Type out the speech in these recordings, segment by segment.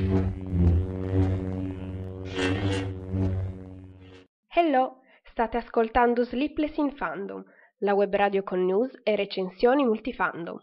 Hello, state ascoltando Sleepless in Fandom, la web radio con news e recensioni multifandom.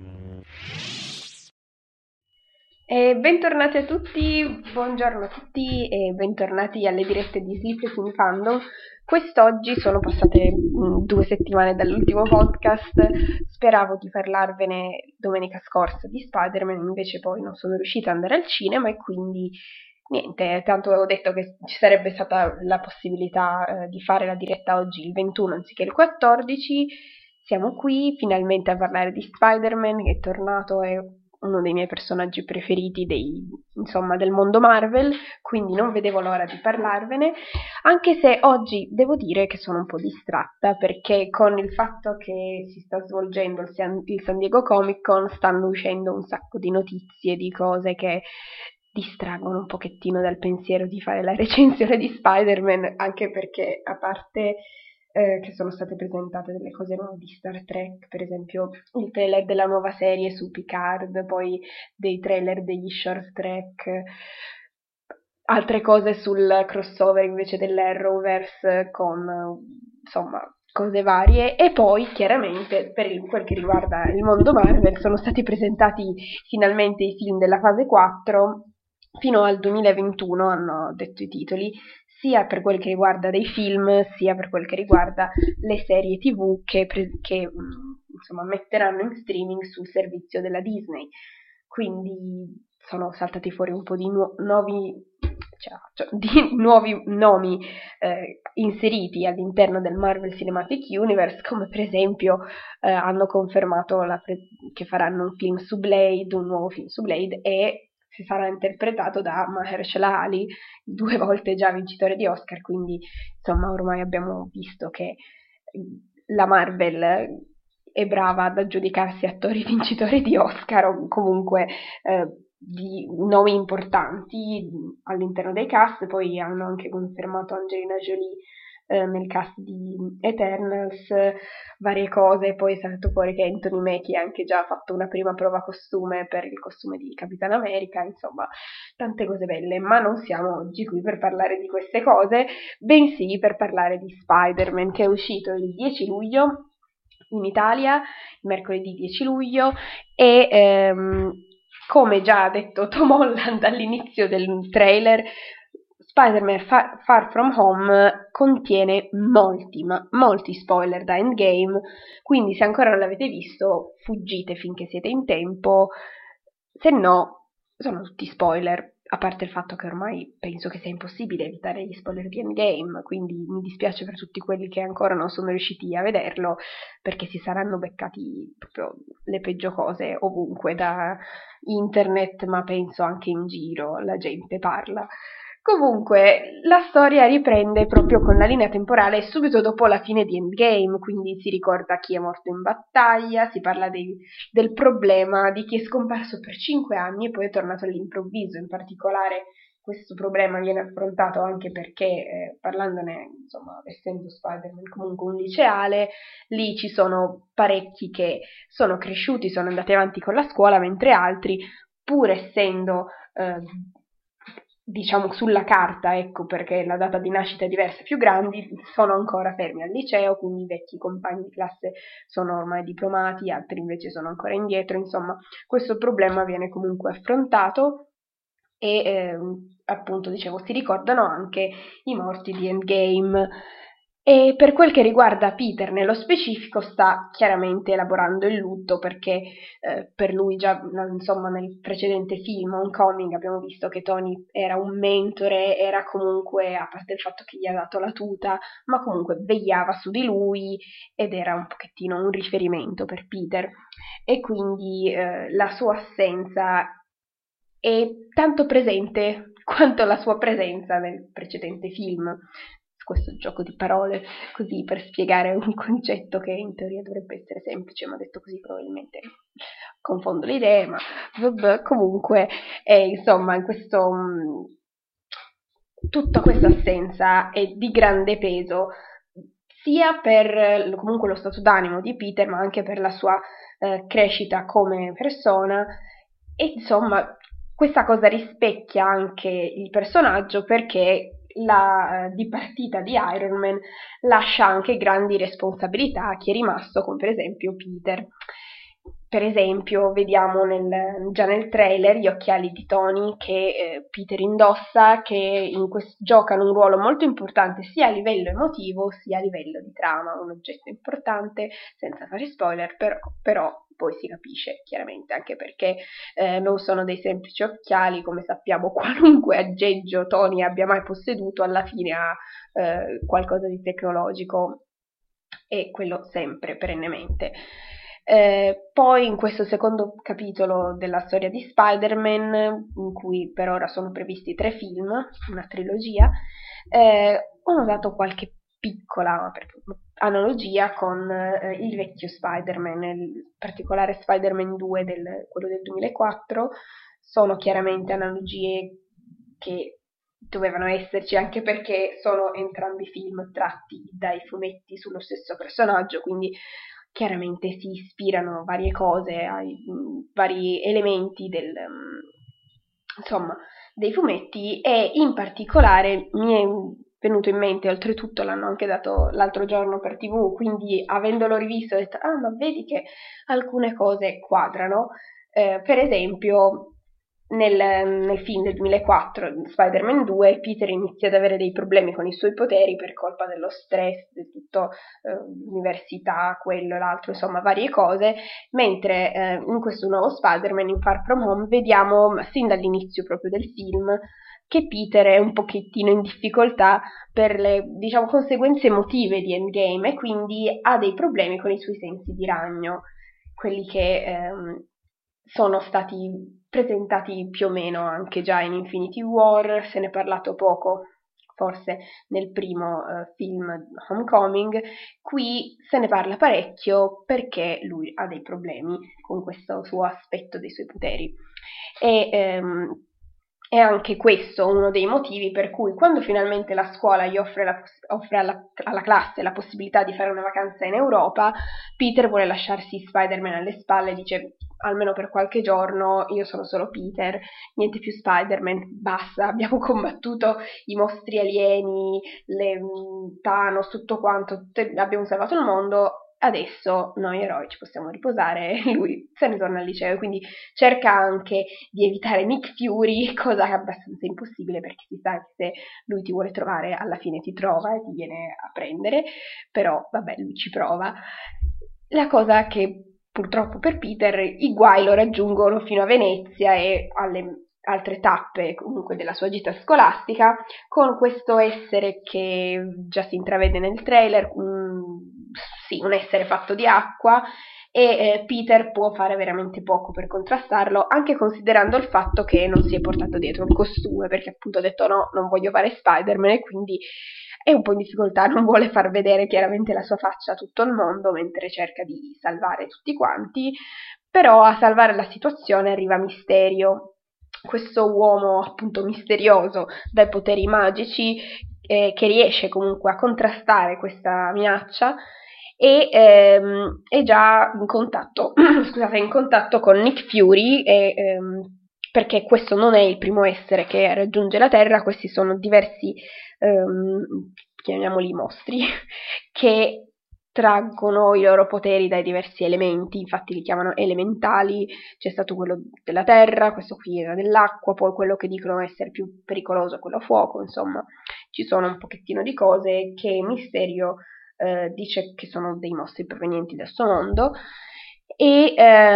E bentornati a tutti, buongiorno a tutti e bentornati alle dirette di Sleepless in Fandom. Quest'oggi sono passate 2 settimane dall'ultimo podcast, speravo di parlarvene domenica scorsa di Spider-Man, invece poi non sono riuscita ad andare al cinema e quindi niente, tanto avevo detto che ci sarebbe stata la possibilità di fare la diretta oggi il 21 anziché il 14. Siamo qui finalmente a parlare di Spider-Man che è tornato, è uno dei miei personaggi preferiti del mondo Marvel, quindi non vedevo l'ora di parlarvene, anche se oggi devo dire che sono un po' distratta perché con il fatto che si sta svolgendo il San Diego Comic Con stanno uscendo un sacco di notizie, di cose che distraggono un pochettino dal pensiero di fare la recensione di Spider-Man, anche perché a parte che sono state presentate delle cose nuove di Star Trek, per esempio il trailer della nuova serie su Picard, poi dei trailer degli short track, altre cose sul crossover invece dell'Arrowverse con insomma cose varie, e poi chiaramente per quel che riguarda il mondo Marvel sono stati presentati finalmente i film della fase 4 fino al 2021, hanno detto i titoli, sia per quel che riguarda dei film, sia per quel che riguarda le serie TV che insomma, metteranno in streaming sul servizio della Disney. Quindi sono saltati fuori un po' di nuovi nomi inseriti all'interno del Marvel Cinematic Universe, come per esempio hanno confermato che faranno un nuovo film su Blade, e si sarà interpretato da Mahershala Ali, 2 volte già vincitore di Oscar, quindi insomma ormai abbiamo visto che la Marvel è brava ad aggiudicarsi attori vincitori di Oscar o comunque di nomi importanti all'interno dei cast. Poi hanno anche confermato Angelina Jolie nel cast di Eternals, varie cose. Poi è saltato fuori che Anthony Mackie ha anche già fatto una prima prova costume per il costume di Capitan America, insomma tante cose belle, ma non siamo oggi qui per parlare di queste cose, bensì per parlare di Spider-Man, che è uscito il 10 luglio in Italia, mercoledì 10 luglio, e come già ha detto Tom Holland all'inizio del trailer, Spider-Man Far From Home contiene molti spoiler da Endgame, quindi se ancora non l'avete visto, fuggite finché siete in tempo, se no sono tutti spoiler, a parte il fatto che ormai penso che sia impossibile evitare gli spoiler di Endgame, quindi mi dispiace per tutti quelli che ancora non sono riusciti a vederlo, perché si saranno beccati proprio le peggio cose ovunque, da internet, ma penso anche in giro la gente parla. Comunque, la storia riprende proprio con la linea temporale subito dopo la fine di Endgame, quindi si ricorda chi è morto in battaglia, si parla del problema di chi è scomparso per 5 anni e poi è tornato all'improvviso. In particolare questo problema viene affrontato anche perché, parlandone, insomma, essendo Spider-Man comunque un liceale, lì ci sono parecchi che sono cresciuti, sono andati avanti con la scuola, mentre altri, pur essendo diciamo sulla carta, ecco, perché la data di nascita è diversa, più grandi, sono ancora fermi al liceo, quindi i vecchi compagni di classe sono ormai diplomati, altri invece sono ancora indietro. Insomma, questo problema viene comunque affrontato e appunto, dicevo, si ricordano anche i morti di Endgame. E per quel che riguarda Peter nello specifico, sta chiaramente elaborando il lutto, perché per lui già insomma nel precedente film Homecoming abbiamo visto che Tony era un mentore, era comunque, a parte il fatto che gli ha dato la tuta, ma comunque vegliava su di lui ed era un pochettino un riferimento per Peter, e quindi la sua assenza è tanto presente quanto la sua presenza nel precedente film. Questo gioco di parole così per spiegare un concetto che in teoria dovrebbe essere semplice, ma detto così probabilmente confondo le idee, ma vabbè, comunque insomma in questo tutta questa assenza è di grande peso sia per comunque lo stato d'animo di Peter, ma anche per la sua crescita come persona. E insomma, questa cosa rispecchia anche il personaggio, perché la dipartita di Iron Man lascia anche grandi responsabilità a chi è rimasto, come per esempio Peter. Per esempio, vediamo già nel trailer gli occhiali di Tony che Peter indossa, che giocano un ruolo molto importante sia a livello emotivo sia a livello di trama, un oggetto importante, senza fare spoiler, però poi si capisce chiaramente, anche perché non sono dei semplici occhiali, come sappiamo qualunque aggeggio Tony abbia mai posseduto alla fine ha qualcosa di tecnologico, e quello sempre, perennemente. Poi in questo secondo capitolo della storia di Spider-Man, in cui per ora sono previsti 3 film, una trilogia, ho notato qualche piccola analogia con il vecchio Spider-Man, in particolare Spider-Man 2, quello del 2004. Sono chiaramente analogie che dovevano esserci, anche perché sono entrambi film tratti dai fumetti sullo stesso personaggio, quindi chiaramente si ispirano varie cose, ai vari elementi insomma, dei fumetti, e in particolare mi è venuto in mente, oltretutto l'hanno anche dato l'altro giorno per TV, quindi avendolo rivisto ho detto, ah, ma vedi che alcune cose quadrano. Per esempio, nel film del 2004, Spider-Man 2, Peter inizia ad avere dei problemi con i suoi poteri per colpa dello stress, di tutto, l'università, quello e l'altro, insomma varie cose, mentre in questo nuovo Spider-Man, in Far From Home, vediamo sin dall'inizio proprio del film che Peter è un pochettino in difficoltà per le, diciamo, conseguenze emotive di Endgame, e quindi ha dei problemi con i suoi sensi di ragno, quelli che sono stati presentati più o meno anche già in Infinity War, se ne è parlato poco, forse nel primo film Homecoming. Qui se ne parla parecchio perché lui ha dei problemi con questo suo aspetto dei suoi poteri. È anche questo uno dei motivi per cui, quando finalmente la scuola gli offre alla classe la possibilità di fare una vacanza in Europa, Peter vuole lasciarsi Spider-Man alle spalle e dice: almeno per qualche giorno io sono solo Peter, niente più Spider-Man, basta, abbiamo combattuto i mostri alieni, Thanos, tutto quanto, abbiamo salvato il mondo, adesso noi eroi ci possiamo riposare. E lui se ne torna al liceo, quindi cerca anche di evitare Nick Fury, cosa che è abbastanza impossibile, perché si sa che se lui ti vuole trovare alla fine ti trova e ti viene a prendere, però vabbè, lui ci prova. La cosa che purtroppo per Peter i guai lo raggiungono fino a Venezia e alle altre tappe comunque della sua gita scolastica, con questo essere che già si intravede nel trailer, sì, un essere fatto di acqua, e Peter può fare veramente poco per contrastarlo, anche considerando il fatto che non si è portato dietro il costume, perché appunto ha detto no, non voglio fare Spider-Man, e quindi è un po' in difficoltà, non vuole far vedere chiaramente la sua faccia a tutto il mondo mentre cerca di salvare tutti quanti. Però a salvare la situazione arriva Mysterio, questo uomo appunto misterioso dai poteri magici, che riesce comunque a contrastare questa minaccia, e è già in contatto, scusate, in contatto con Nick Fury, perché questo non è il primo essere che raggiunge la Terra, questi sono diversi, chiamiamoli mostri, che traggono i loro poteri dai diversi elementi, infatti li chiamano elementali. C'è stato quello della terra, questo qui era dell'acqua, poi quello che dicono essere più pericoloso è quello a fuoco, insomma ci sono un pochettino di cose che Mysterio dice che sono dei mostri provenienti dal suo mondo, e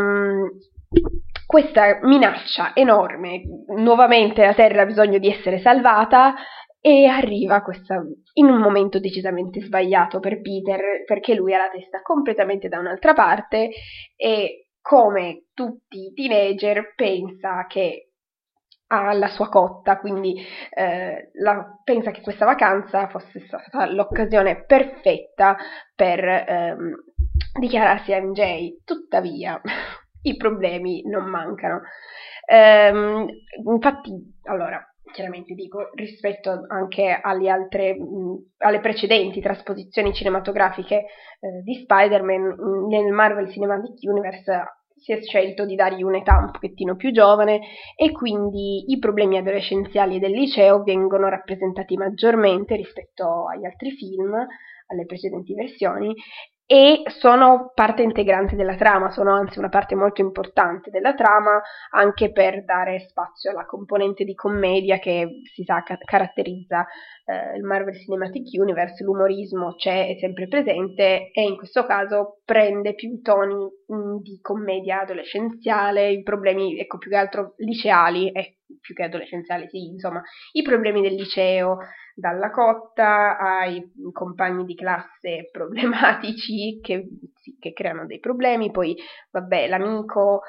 questa minaccia enorme, nuovamente la Terra ha bisogno di essere salvata, e arriva questa in un momento decisamente sbagliato per Peter, perché lui ha la testa completamente da un'altra parte e, come tutti i teenager, pensa che ha la sua cotta, quindi pensa che questa vacanza fosse stata l'occasione perfetta per dichiararsi a MJ. Tuttavia i problemi non mancano. Infatti, allora, chiaramente dico, rispetto anche alle precedenti trasposizioni cinematografiche di Spider-Man, nel Marvel Cinematic Universe si è scelto di dargli un'età un pochettino più giovane e quindi i problemi adolescenziali del liceo vengono rappresentati maggiormente rispetto agli altri film, alle precedenti versioni, e sono parte integrante della trama, sono anzi una parte molto importante della trama, anche per dare spazio alla componente di commedia che si sa caratterizza il Marvel Cinematic Universe. L'umorismo c'è, è sempre presente, e in questo caso prende più toni di commedia adolescenziale, i problemi, ecco, più che altro liceali, più che adolescenziali, sì, insomma, i problemi del liceo, dalla cotta ai compagni di classe problematici che creano dei problemi, poi vabbè, l'amico,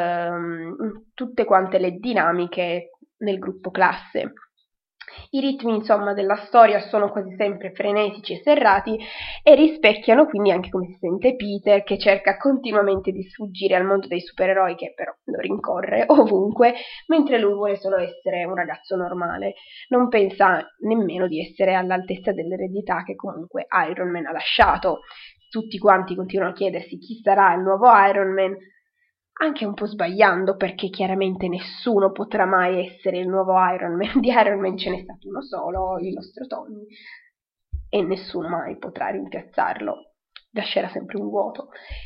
tutte quante le dinamiche nel gruppo classe. I ritmi, insomma, della storia sono quasi sempre frenetici e serrati e rispecchiano quindi anche come si sente Peter, che cerca continuamente di sfuggire al mondo dei supereroi, che però lo rincorre ovunque, mentre lui vuole solo essere un ragazzo normale. Non pensa nemmeno di essere all'altezza dell'eredità che comunque Iron Man ha lasciato. Tutti quanti continuano a chiedersi chi sarà il nuovo Iron Man, anche un po' sbagliando, perché chiaramente nessuno potrà mai essere il nuovo Iron Man. Di Iron Man ce n'è stato uno solo, il nostro Tony, e nessuno mai potrà rimpiazzarlo, lascerà sempre un vuoto.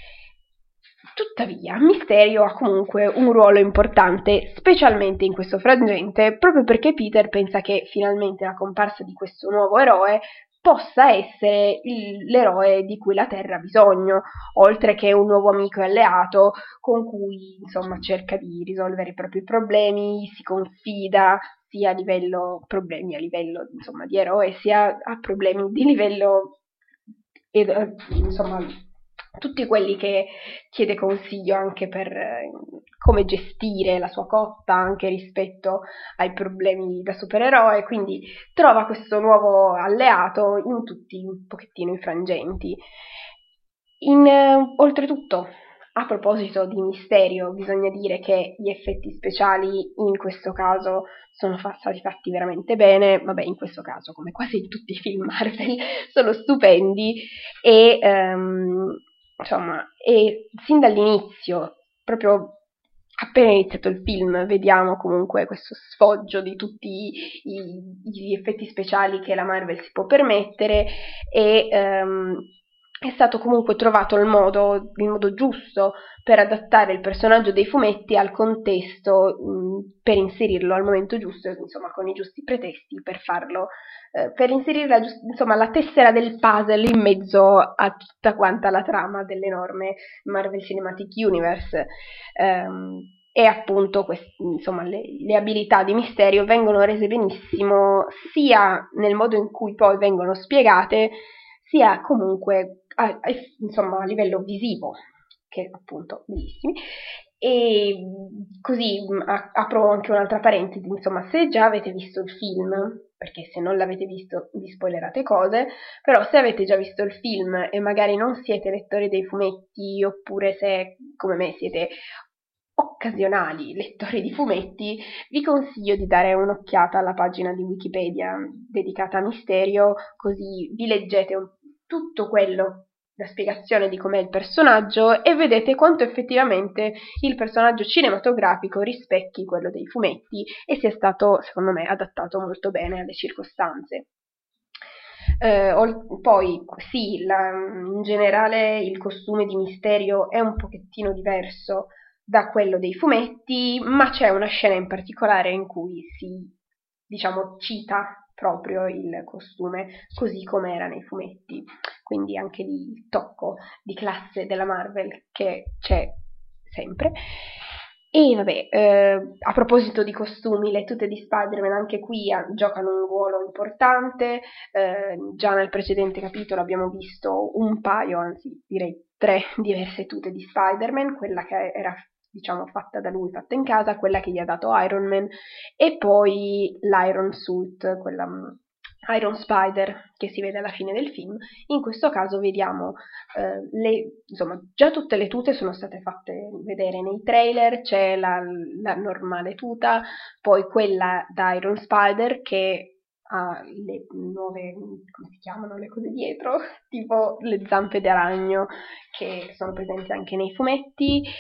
Tuttavia, Mysterio ha comunque un ruolo importante, specialmente in questo frangente, proprio perché Peter pensa che finalmente la comparsa di questo nuovo eroe possa essere l'eroe di cui la Terra ha bisogno, oltre che un nuovo amico e alleato con cui, insomma, cerca di risolvere i propri problemi, si confida sia a livello problemi a livello, insomma, di eroe, sia a problemi di livello, insomma, tutti quelli che chiede consiglio anche per come gestire la sua cotta anche rispetto ai problemi da supereroe, quindi trova questo nuovo alleato in tutti un pochettino i frangenti. Oltretutto, a proposito di Mysterio, bisogna dire che gli effetti speciali in questo caso sono stati fatti veramente bene, vabbè, in questo caso, come quasi in tutti i film Marvel, sono stupendi e insomma, e sin dall'inizio, proprio appena iniziato il film, vediamo comunque questo sfoggio di tutti gli effetti speciali che la Marvel si può permettere, e è stato comunque trovato il modo giusto per adattare il personaggio dei fumetti al contesto, per inserirlo al momento giusto, insomma, con i giusti pretesti per farlo, per inserire la tessera del puzzle in mezzo a tutta quanta la trama dell'enorme Marvel Cinematic Universe. E appunto insomma, le abilità di Mysterio vengono rese benissimo sia nel modo in cui poi vengono spiegate, sia comunque insomma, a livello visivo, che appunto bellissimi. E così apro anche un'altra parentesi, insomma, se già avete visto il film, perché se non l'avete visto vi spoilerate cose, però se avete già visto il film e magari non siete lettori dei fumetti, oppure se come me siete occasionali lettori di fumetti, vi consiglio di dare un'occhiata alla pagina di Wikipedia dedicata a Mysterio, così vi leggete tutto quello, la spiegazione di com'è il personaggio, e vedete quanto effettivamente il personaggio cinematografico rispecchi quello dei fumetti e sia stato, secondo me, adattato molto bene alle circostanze. Poi sì, in generale il costume di Mysterio è un pochettino diverso da quello dei fumetti, ma c'è una scena in particolare in cui si, diciamo, cita proprio il costume così come era nei fumetti, quindi anche lì il tocco di classe della Marvel che c'è sempre. E vabbè, a proposito di costumi, le tute di Spider-Man anche qui giocano un ruolo importante. Già nel precedente capitolo abbiamo visto un paio, anzi direi 3 diverse tute di Spider-Man, quella che era, diciamo, fatta da lui, fatta in casa, quella che gli ha dato Iron Man, e poi l'Iron Suit, quella Iron Spider che si vede alla fine del film. In questo caso vediamo insomma, già tutte le tute sono state fatte vedere nei trailer. C'è la normale tuta, poi quella da Iron Spider che ha le nuove, come si chiamano le cose dietro, tipo le zampe di ragno che sono presenti anche nei fumetti,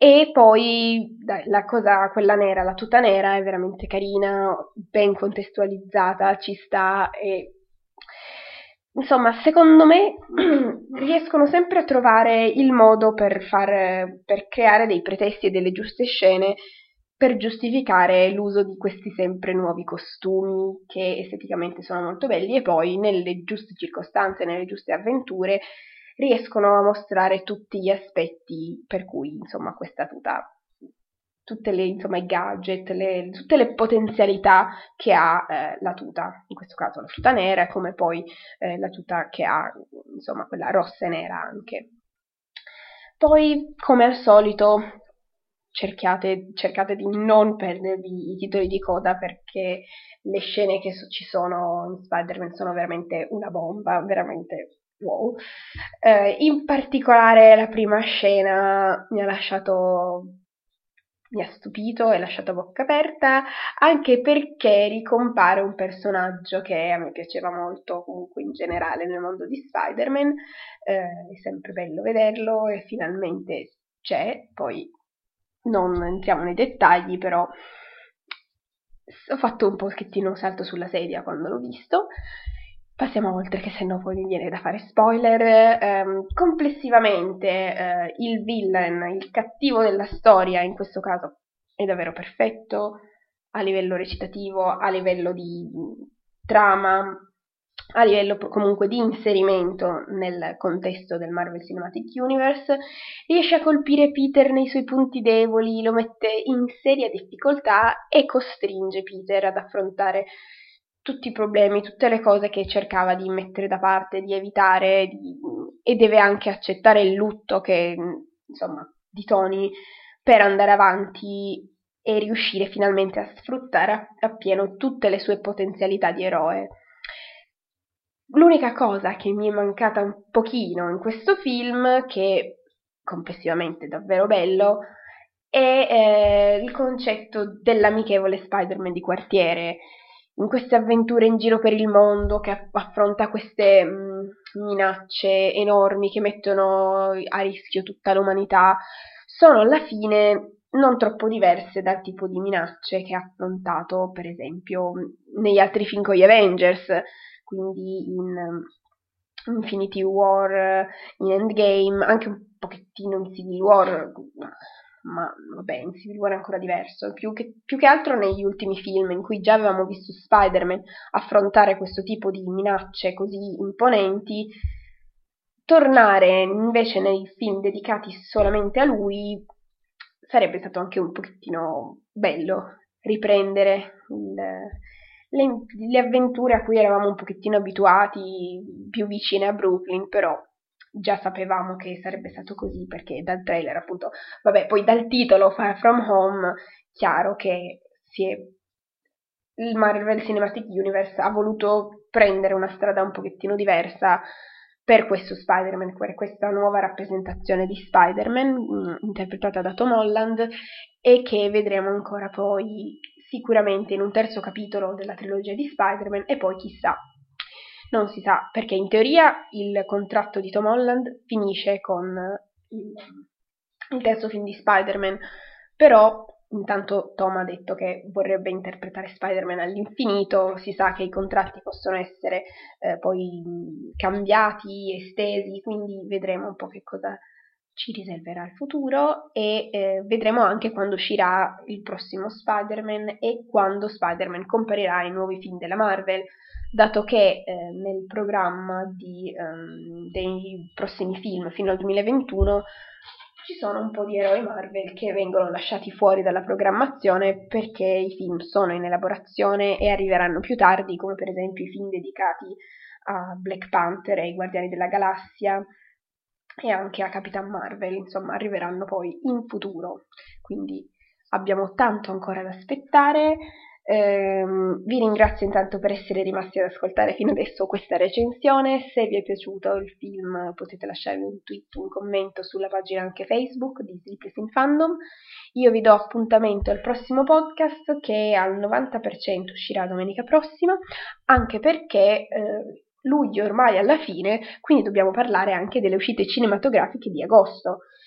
E poi la cosa, quella nera, la tuta nera, è veramente carina, ben contestualizzata, ci sta e insomma, secondo me riescono sempre a trovare il modo per creare dei pretesti e delle giuste scene per giustificare l'uso di questi sempre nuovi costumi che esteticamente sono molto belli e poi nelle giuste circostanze, nelle giuste avventure riescono a mostrare tutti gli aspetti per cui insomma questa tuta, insomma, i gadget, tutte le potenzialità che ha la tuta, in questo caso la tuta nera, come poi la tuta che ha insomma quella rossa e nera anche. Poi, come al solito, cercate di non perdervi i titoli di coda perché le scene che ci sono in Spider-Man sono veramente una bomba, veramente wow. In particolare la prima scena mi ha stupito e lasciato a bocca aperta, anche perché ricompare un personaggio che a me piaceva molto, comunque in generale nel mondo di Spider-Man, è sempre bello vederlo e finalmente c'è, poi non entriamo nei dettagli, però ho fatto un pochettino un salto sulla sedia quando l'ho visto. Passiamo oltre, che sennò poi mi viene da fare spoiler. Complessivamente, il villain, il cattivo della storia, in questo caso, è davvero perfetto a livello recitativo, a livello di trama, a livello comunque di inserimento nel contesto del Marvel Cinematic Universe. Riesce a colpire Peter nei suoi punti deboli, lo mette in seria difficoltà e costringe Peter ad affrontare tutti i problemi, tutte le cose che cercava di mettere da parte, di evitare, e deve anche accettare il lutto che, insomma, di Tony per andare avanti e riuscire finalmente a sfruttare appieno tutte le sue potenzialità di eroe. L'unica cosa che mi è mancata un pochino in questo film, che complessivamente è davvero bello, è il concetto dell'amichevole Spider-Man di quartiere. In queste avventure in giro per il mondo che affronta queste minacce enormi che mettono a rischio tutta l'umanità, sono alla fine non troppo diverse dal tipo di minacce che ha affrontato, per esempio, negli altri film con gli Avengers, quindi in Infinity War, in Endgame, anche un pochettino in Civil War, ma vabbè, in Civil War è ancora diverso, più che altro negli ultimi film in cui già avevamo visto Spider-Man affrontare questo tipo di minacce così imponenti, tornare invece nei film dedicati solamente a lui sarebbe stato anche un pochettino bello riprendere le avventure a cui eravamo un pochettino abituati, più vicine a Brooklyn, però già sapevamo che sarebbe stato così perché dal trailer, appunto, vabbè, poi dal titolo Far From Home, chiaro che il Marvel Cinematic Universe ha voluto prendere una strada un pochettino diversa per questo Spider-Man, per questa nuova rappresentazione di Spider-Man, interpretata da Tom Holland, e che vedremo ancora poi sicuramente in un terzo capitolo della trilogia di Spider-Man, e poi chissà, non si sa, perché in teoria il contratto di Tom Holland finisce con il terzo film di Spider-Man, però intanto Tom ha detto che vorrebbe interpretare Spider-Man all'infinito, si sa che i contratti possono essere poi cambiati, estesi, quindi vedremo un po' che cosa ci riserverà il futuro e vedremo anche quando uscirà il prossimo Spider-Man e quando Spider-Man comparirà ai nuovi film della Marvel, dato che nel programma dei prossimi film fino al 2021 ci sono un po' di eroi Marvel che vengono lasciati fuori dalla programmazione perché i film sono in elaborazione e arriveranno più tardi, come per esempio i film dedicati a Black Panther e ai Guardiani della Galassia e anche a Capitan Marvel, insomma, arriveranno poi in futuro, quindi abbiamo tanto ancora da aspettare. Vi ringrazio intanto per essere rimasti ad ascoltare fino adesso questa recensione. Se vi è piaciuto il film potete lasciarmi un tweet, un commento sulla pagina anche Facebook di Sleepless in Fandom. Io vi do appuntamento al prossimo podcast che al 90% uscirà domenica prossima, anche perché luglio ormai alla fine, quindi dobbiamo parlare anche delle uscite cinematografiche di agosto.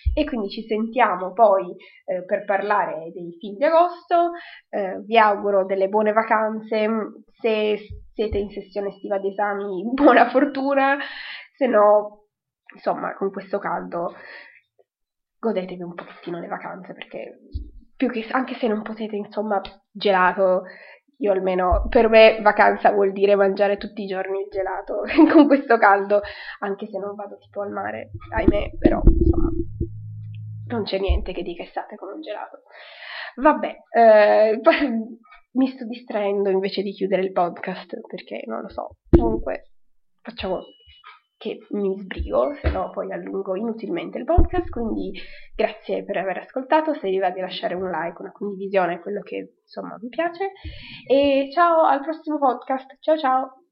e quindi ci sentiamo poi per parlare dei film di agosto. Vi auguro delle buone vacanze, se siete in sessione estiva di esami buona fortuna, se no insomma con questo caldo godetevi un pochettino le vacanze, perché più che anche se non potete insomma gelato, io almeno per me vacanza vuol dire mangiare tutti i giorni il gelato con questo caldo, anche se non vado tipo al mare, ahimè, però insomma non c'è niente che dica estate con un gelato. Vabbè, mi sto distraendo invece di chiudere il podcast, perché non lo so, comunque facciamo che mi sbrigo, se no poi allungo inutilmente il podcast, quindi grazie per aver ascoltato, se vi va di lasciare un like, una condivisione, quello che insomma vi piace, e ciao al prossimo podcast, ciao ciao!